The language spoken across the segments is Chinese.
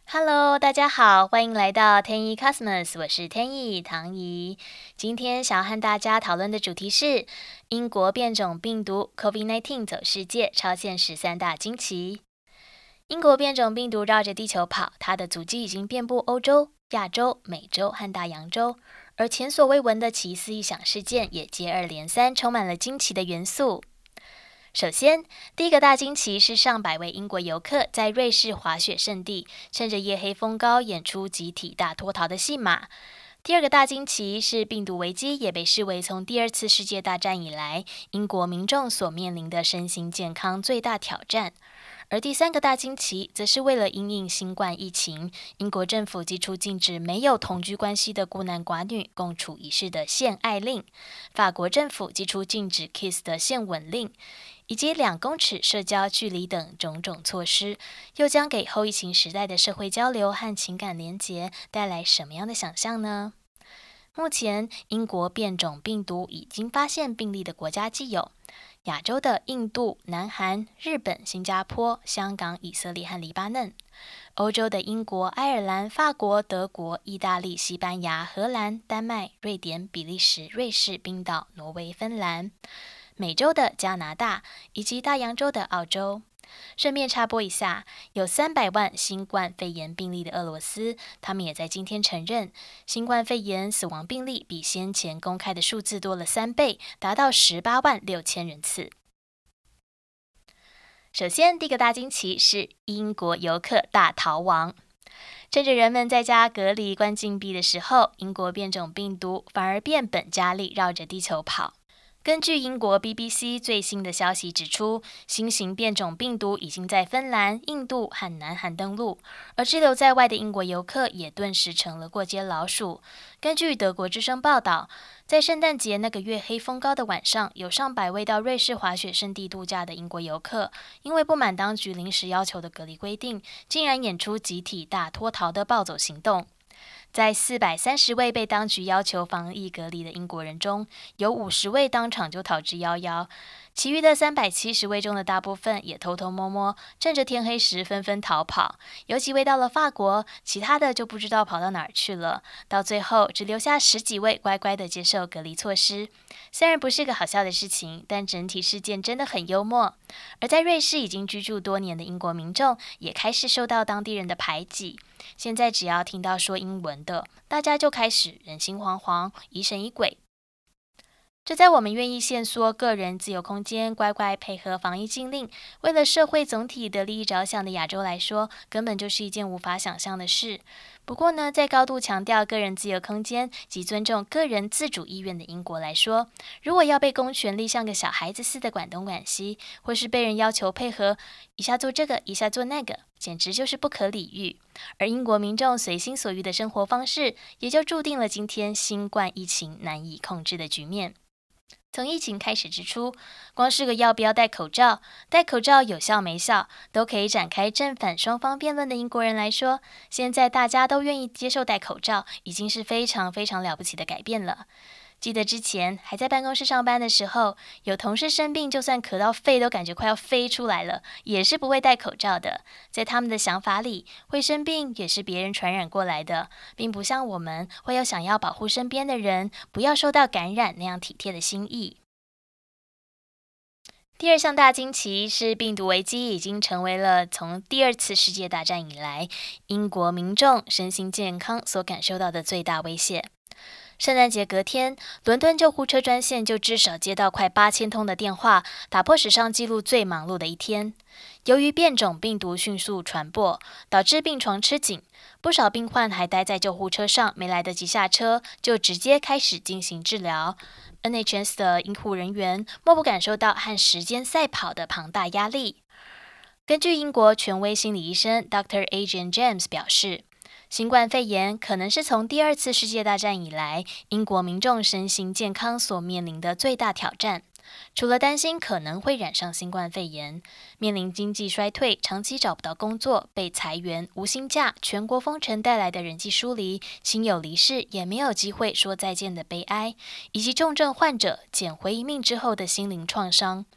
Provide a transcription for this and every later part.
Hello，大家好，欢迎来到天意 Cosmos，我是天意唐怡。今天想要和大家讨论的主题是英国变种病毒 COVID-19 走世界，超现实三大惊奇。英国变种病毒绕着地球跑，它的足迹已经遍布欧洲、亚洲、美洲和大洋洲，而前所未闻的奇思异想事件也接二连三，充满了惊奇的元素。首先，第一个大惊奇是上百位英国游客在瑞士滑雪胜地，趁着夜黑风高演出集体大脱逃的戏码。第二个大惊奇是病毒危机也被视为从第二次世界大战以来英国民众所面临的身心健康最大挑战。而第三个大惊奇，则是为了因应新冠疫情，英国政府寄出禁止没有同居关系的孤男寡女共处一室的限爱令，法国政府寄出禁止 kiss 的限吻令，以及2公尺社交距离等种种措施，又将给后疫情时代的社会交流和情感连结带来什么样的想象呢？目前，英国变种病毒已经发现病例的国家既有亚洲的印度、南韩、日本、新加坡、香港、以色列和黎巴嫩；欧洲的英国、爱尔兰、法国、德国、意大利、西班牙、荷兰、丹麦、瑞典、比利时、瑞士、冰岛、挪威、芬兰；美洲的加拿大，以及大洋洲的澳洲。顺便插播一下，有300万新冠肺炎病例的俄罗斯，他们也在今天承认，新冠肺炎死亡病例比先前公开的数字多了3倍，达到18.6万人次。首先，第一个大惊奇是英国游客大逃亡。趁着人们在家隔离关禁闭的时候，英国变种病毒反而变本加厉，绕着地球跑。根据英国 BBC 最新的消息指出，新型变种病毒已经在芬兰、印度和南韩登陆，而滞留在外的英国游客也顿时成了过街老鼠。根据德国之声报道，在圣诞节那个月黑风高的晚上，有上百位到瑞士滑雪胜地度假的英国游客，因为不满当局临时要求的隔离规定，竟然演出集体大脱逃的暴走行动。在430位被当局要求防疫隔离的英国人中，有50位当场就逃之夭夭，其余的370位中的大部分也偷偷摸摸，趁着天黑时纷纷逃跑。有几位到了法国，其他的就不知道跑到哪儿去了。到最后，只留下10几位乖乖地接受隔离措施。虽然不是个好笑的事情，但整体事件真的很幽默。而在瑞士已经居住多年的英国民众，也开始受到当地人的排挤。现在只要听到说英文的，大家就开始人心惶惶、疑神疑鬼。这在我们愿意限缩个人自由空间、乖乖配合防疫禁令，为了社会总体的利益着想的亚洲来说，根本就是一件无法想象的事。不过呢，在高度强调个人自由空间及尊重个人自主意愿的英国来说，如果要被公权力像个小孩子似的管东管西，或是被人要求配合一下做这个，一下做那个，简直就是不可理喻。而英国民众随心所欲的生活方式，也就注定了今天新冠疫情难以控制的局面。从疫情开始之初，光是个要不要戴口罩、戴口罩有效没效，都可以展开正反双方辩论的英国人来说，现在大家都愿意接受戴口罩，已经是非常非常了不起的改变了。记得之前还在办公室上班的时候，有同事生病，就算咳到肺都感觉快要飞出来了，也是不会戴口罩的。在他们的想法里，会生病也是别人传染过来的，并不像我们会有想要保护身边的人不要受到感染那样体贴的心意。第二项大惊奇是病毒危机已经成为了从第二次世界大战以来英国民众身心健康所感受到的最大威胁。圣诞节隔天，伦敦救护车专线就至少接到快8000通的电话，打破史上纪录最忙碌的一天。由于变种病毒迅速传播，导致病床吃紧，不少病患还待在救护车上，没来得及下车，就直接开始进行治疗。NHS 的医护人员莫不感受到和时间赛跑的庞大压力。根据英国权威心理医生 Dr. Adrian James 表示，新冠肺炎可能是从第二次世界大战以来英国民众身心健康所面临的最大挑战。除了担心可能会染上新冠肺炎，面临经济衰退、长期找不到工作、被裁员、无薪假、全国封城带来的人际疏离、亲友离世也没有机会说再见的悲哀，以及重症患者捡回一命之后的心灵创伤。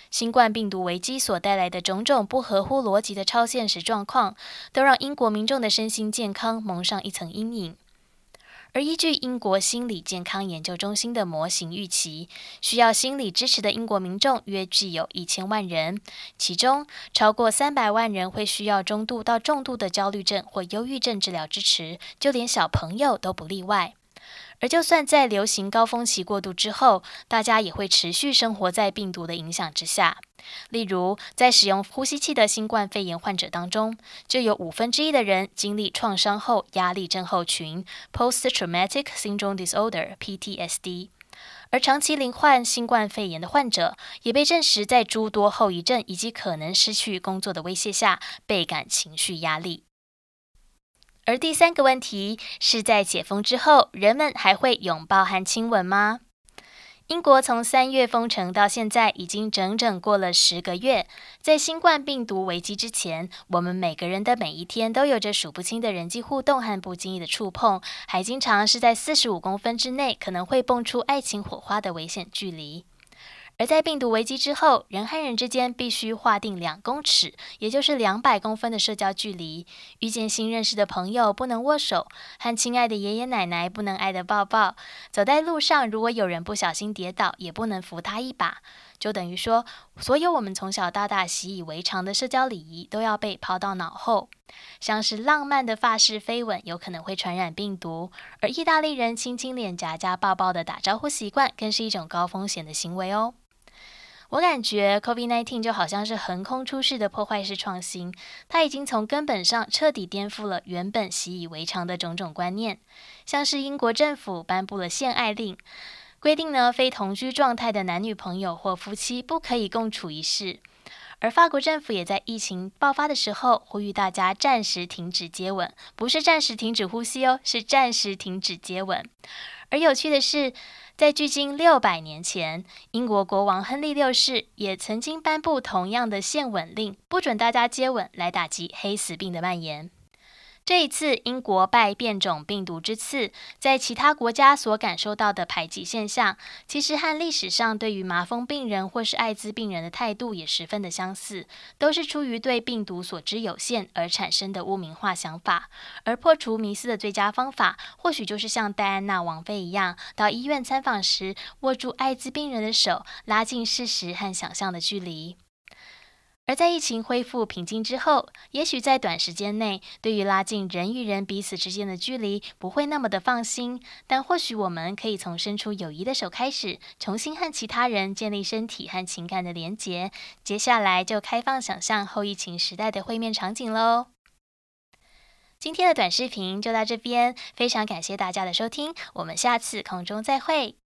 新冠病毒危机所带来的种种不合乎逻辑的超现实状况，都让英国民众的身心健康蒙上一层阴影。而依据英国心理健康研究中心的模型预期，需要心理支持的英国民众约具有1000万人，其中超过300万人会需要中度到重度的焦虑症或忧郁症治疗支持，就连小朋友都不例外。而就算在流行高峰期过渡之后，大家也会持续生活在病毒的影响之下。例如，在使用呼吸器的新冠肺炎患者当中，就有1/5的人经历创伤后压力症候群 （Post-Traumatic Syndrome Disorder，PTSD）。而长期罹患新冠肺炎的患者，也被证实在诸多后遗症以及可能失去工作的威胁下，倍感情绪压力。而第3个问题是在解封之后，人们还会拥抱和亲吻吗？英国从3月封城到现在，已经整整过了10个月。在新冠病毒危机之前，我们每个人的每一天都有着数不清的人际互动和不经意的触碰，还经常是在45公分之内可能会蹦出爱情火花的危险距离。而在病毒危机之后，人和人之间必须划定2公尺，也就是200公分的社交距离。遇见新认识的朋友不能握手，和亲爱的爷爷奶奶不能爱的抱抱。走在路上，如果有人不小心跌倒，也不能扶他一把。就等于说，所有我们从小到大习以为常的社交礼仪都要被抛到脑后。像是浪漫的法式飞吻有可能会传染病毒，而意大利人亲亲脸颊加抱抱的打招呼习惯更是一种高风险的行为哦。我感觉 COVID-19 就好像是横空出世的破坏式创新，它已经从根本上彻底颠覆了原本习以为常的种种观念。像是英国政府颁布了限爱令，规定呢非同居状态的男女朋友或夫妻不可以共处一室。而法国政府也在疫情爆发的时候呼吁大家暂时停止接吻，不是暂时停止呼吸哦，是暂时停止接吻。而有趣的是，在距今600年前，英国国王亨利6世也曾经颁布同样的限吻令，不准大家接吻，来打击黑死病的蔓延。这一次，英国拜变种病毒之赐，在其他国家所感受到的排挤现象，其实和历史上对于麻风病人或是艾滋病人的态度也十分的相似，都是出于对病毒所知有限而产生的污名化想法。而破除迷思的最佳方法，或许就是像戴安娜王妃一样，到医院参访时，握住艾滋病人的手，拉近事实和想象的距离。而在疫情恢复平静之后，也许在短时间内，对于拉近人与人彼此之间的距离不会那么的放心，但或许我们可以从伸出友谊的手开始，重新和其他人建立身体和情感的连结。接下来就开放想象后疫情时代的会面场景咯。今天的短视频就到这边，非常感谢大家的收听，我们下次空中再会。